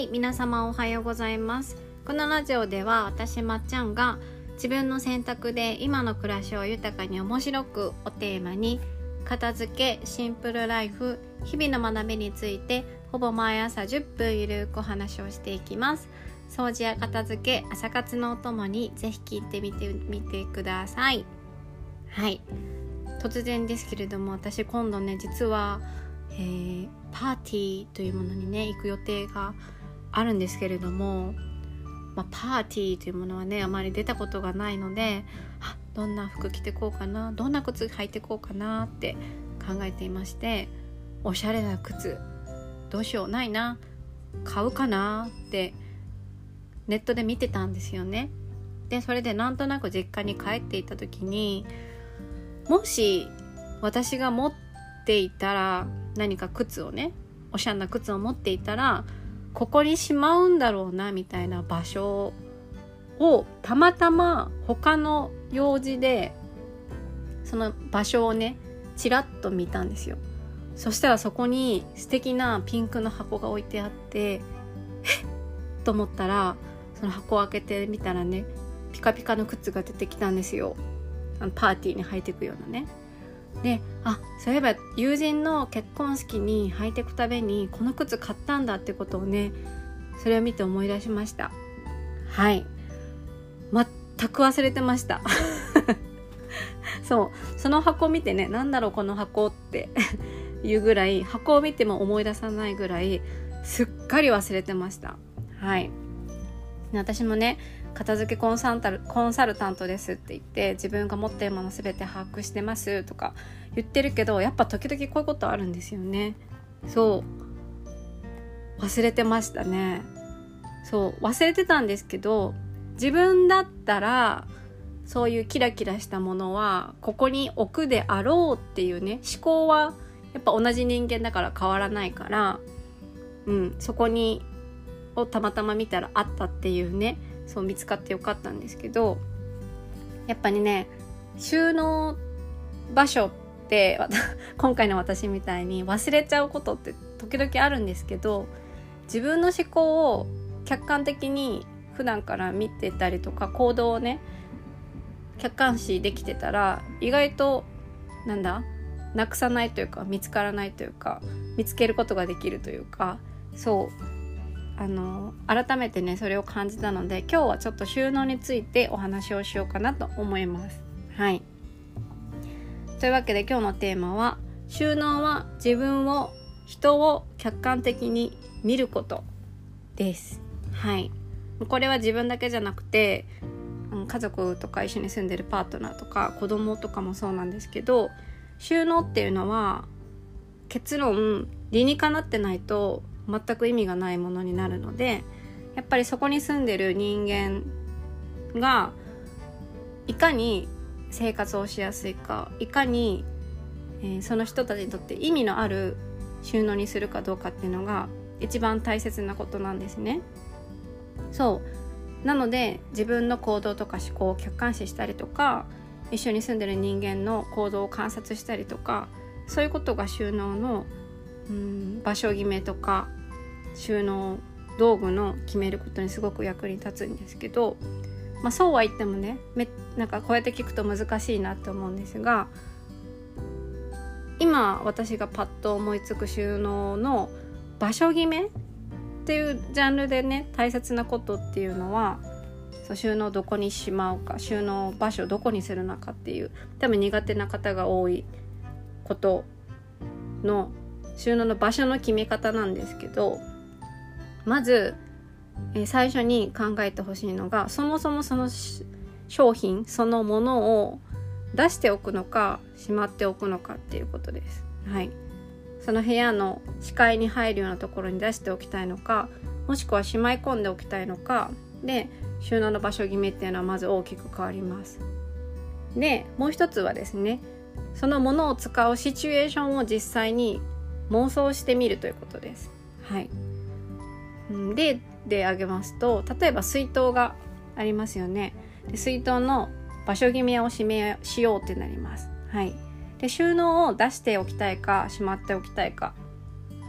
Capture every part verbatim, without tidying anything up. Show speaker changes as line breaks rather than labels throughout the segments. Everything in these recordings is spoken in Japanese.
い、皆様おはようございます。このラジオでは私まっちゃんが自分の選択で今の暮らしを豊かに面白くをテーマに、片付け、シンプルライフ、日々の学びについてほぼ毎朝じゅっぷんゆるくお話をしていきます。掃除や片付け、朝活のお供にぜひ聞いてみてみてください。はい、突然ですけれども、私今度ね実は、えー、パーティーというものにね行く予定があるんですけれども、まあ、パーティーというものはねあまり出たことがないので、あどんな服着てこうかな、どんな靴履いてこうかなって考えていまして、おしゃれな靴どうしよう、ないな、買うかなってネットで見てたんですよね。でそれでなんとなく実家に帰っていた時に、もし私が持っていたら、何か靴をね、おしゃれな靴を持っていたらここにしまうんだろうなみたいな場所をたまたま他の用事でその場所をねちらっと見たんですよ。そしたらそこに素敵なピンクの箱が置いてあって、えっと思ったら、その箱を開けてみたらね、ピカピカの靴が出てきたんですよ。あのパーティーに履いていくようなね。で、あ、そういえば友人の結婚式に履いていくためにこの靴買ったんだってことをね、それを見て思い出しました。はい、全く忘れてましたそう、その箱を見てね、なんだろうこの箱っていうぐらい、箱を見ても思い出さないぐらいすっかり忘れてました。はい、私もね、片付けコンサルタル、コンサルタントですって言って、自分が持っているものすべて把握してますとか言ってるけど、やっぱ時々こういうことあるんですよね。そう忘れてましたね。そう忘れてたんですけど、自分だったらそういうキラキラしたものはここに置くであろうっていうね、思考はやっぱ同じ人間だから変わらないから、うん、そこにをたまたま見たらあったっていうね、そう見つかってよかったんですけど、やっぱりね、収納場所って今回の私みたいに忘れちゃうことって時々あるんですけど、自分の思考を客観的に普段から見てたりとか、行動をね客観視できてたら、意外となんだなくさないというか、見つからないというか、見つけることができるというか、そうあの改めてねそれを感じたので、今日はちょっと収納についてお話をしようかなと思います。はい、というわけで今日のテーマは、収納は自分を、人を客観的に見ることです。はい、これは自分だけじゃなくて、家族とか一緒に住んでるパートナーとか子供とかもそうなんですけど、収納っていうのは結論理にかなってないと全く意味がないものになるので、やっぱりそこに住んでる人間がいかに生活をしやすいか、いかに、えー、その人たちにとって意味のある収納にするかどうかっていうのが一番大切なことなんですね。そうなので、自分の行動とか思考を客観視したりとか、一緒に住んでる人間の行動を観察したりとか、そういうことが収納のうん場所決めとか収納道具の決めることにすごく役に立つんですけど、まあ、そうは言ってもね、めなんかこうやって聞くと難しいなと思うんですが、今私がパッと思いつく収納の場所決めっていうジャンルでね、大切なことっていうのは、そう収納どこにしまうか、収納場所どこにするのかっていう、多分苦手な方が多いことの収納の場所の決め方なんですけど、まず、えー、最初に考えてほしいのが、そもそもその商品そのものを出しておくのかしまっておくのかっていうことです。はい、その部屋の視界に入るようなところに出しておきたいのか、もしくはしまい込んでおきたいのかで、収納の場所決めっていうのはまず大きく変わります。で、もう一つはですね、そのものを使うシチュエーションを実際に妄想してみるということです。はい、例で挙げますと、例えば水筒がありますよね。で水筒の場所決めをしめしようってなります。はい、で収納を出しておきたいかしまっておきたいか、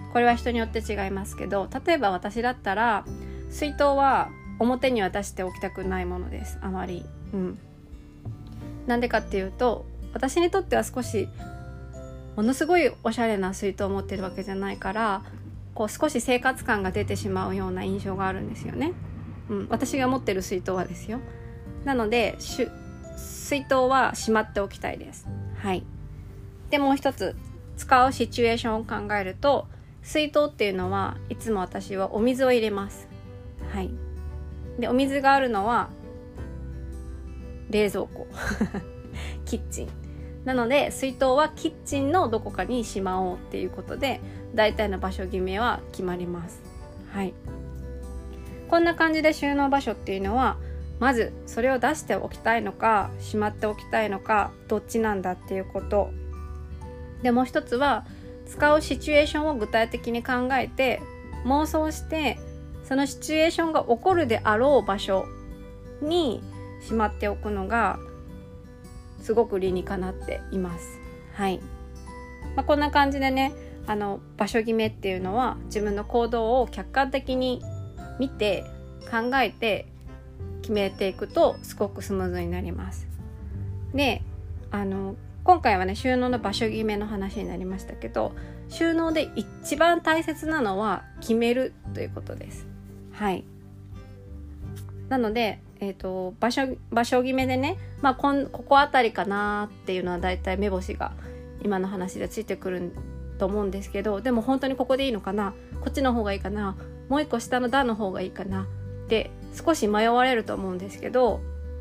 これは人によって違いますけど、例えば私だったら水筒は表には出しておきたくないものです。あまり、うん、なんでかっていうと、私にとっては少しものすごいおしゃれな水筒を持ってるわけじゃないから、こう少し生活感が出てしまうような印象があるんですよね、うん、私が持ってる水筒はですよ。なので水筒はしまっておきたいです。はい。でもう一つ使うシチュエーションを考えると、水筒っていうのはいつも私はお水を入れます。はい。でお水があるのは冷蔵庫キッチンなので、水筒はキッチンのどこかにしまおうっていうことで、大体の場所決めは決まります。はい。こんな感じで収納場所っていうのは、まずそれを出しておきたいのかしまっておきたいのかどっちなんだっていうことで、もう一つは使うシチュエーションを具体的に考えて妄想して、そのシチュエーションが起こるであろう場所にしまっておくのがすごく理にかなっています。はい。まあ、こんな感じでね、あの場所決めっていうのは自分の行動を客観的に見て考えて決めていくとすごくスムーズになります。で、あの今回はね収納の場所決めの話になりましたけど、収納で一番大切なのは決めるということです。はい。なので、えーと、場所場所決めでね、まあ、こんここあたりかなっていうのはだいたい目星が今の話でついてくると思うんですけど、でも本当にここでいいのかな、こっちの方がいいかな、もう一個下の段の方がいいかなって少し迷われると思うんですけど、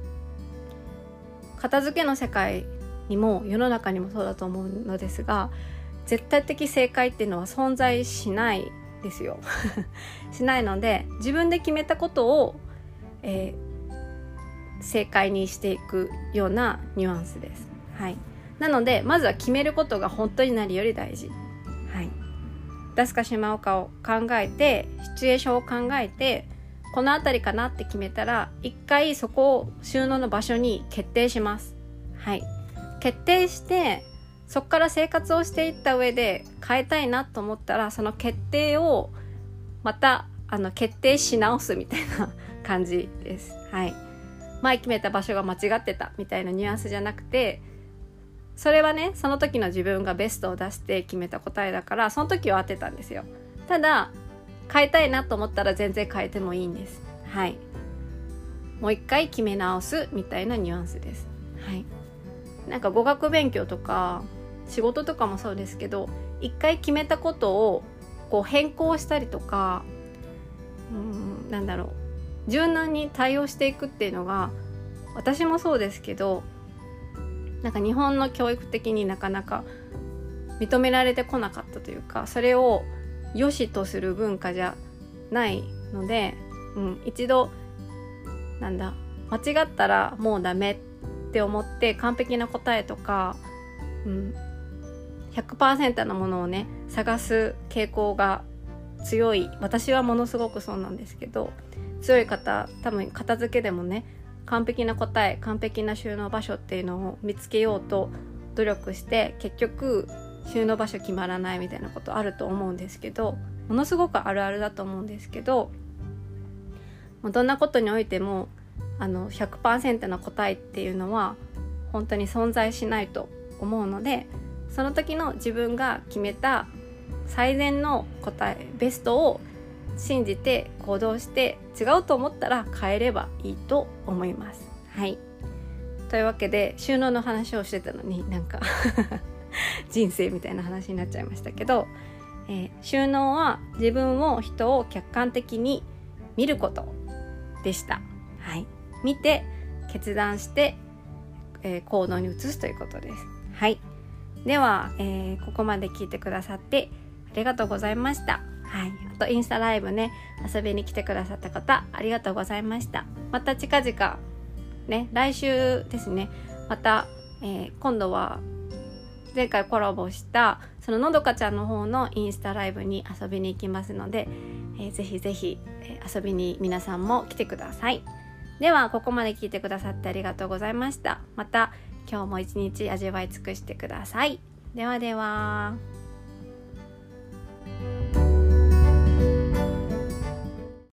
片付けの世界にも世の中にもそうだと思うのですが、絶対的正解っていうのは存在しないですよしないので、自分で決めたことを、えー、正解にしていくようなニュアンスです。はい。なのでまずは決めることが本当に何より大事。はい。出すかしまうかを考えて、シチュエーションを考えて、この辺りかなって決めたら、一回そこを収納の場所に決定します。はい。決定して、そこから生活をしていった上で変えたいなと思ったら、その決定をまたあの決定し直すみたいな感じです。はい。前決めた場所が間違ってたみたいなニュアンスじゃなくて、それはねその時の自分がベストを出して決めた答えだから、その時は合ってたんですよ。ただ変えたいなと思ったら全然変えてもいいんです。はい。もう一回決め直すみたいなニュアンスです。はい。なんか語学勉強とか仕事とかもそうですけど、一回決めたことをこう変更したりとか、うーんなんだろう柔軟に対応していくっていうのが、私もそうですけど、なんか日本の教育的になかなか認められてこなかったというか、それを良しとする文化じゃないので、うん、一度なんだ間違ったらもうダメって思って完璧な答えとか、うん、ひゃくパーセント のものをね探す傾向が強い、私はものすごくそうなんですけど、強い方多分片付けでもね完璧な答え、完璧な収納場所っていうのを見つけようと努力して、結局収納場所決まらないみたいなことあると思うんですけど、ものすごくあるあるだと思うんですけど、もうどんなことにおいてもあの ひゃくパーセント の答えっていうのは本当に存在しないと思うので、その時の自分が決めた最善の答え、ベストを信じて行動して、違うと思ったら変えればいいと思います。はい。というわけで収納の話をしてたのになんか人生みたいな話になっちゃいましたけど、えー、収納は自分を人を客観的に見ることでした。はい。見て決断して、えー、行動に移すということです。はい。では、えー、ここまで聞いてくださってありがとうございました。はい。あとインスタライブね遊びに来てくださった方ありがとうございました。また近々ね来週ですね、また、えー、今度は前回コラボしたそののどかちゃんの方のインスタライブに遊びに行きますので、えー、ぜひぜひ、えー、遊びに皆さんも来てください。ではここまで聞いてくださってありがとうございました。また今日も一日味わい尽くしてください。ではでは。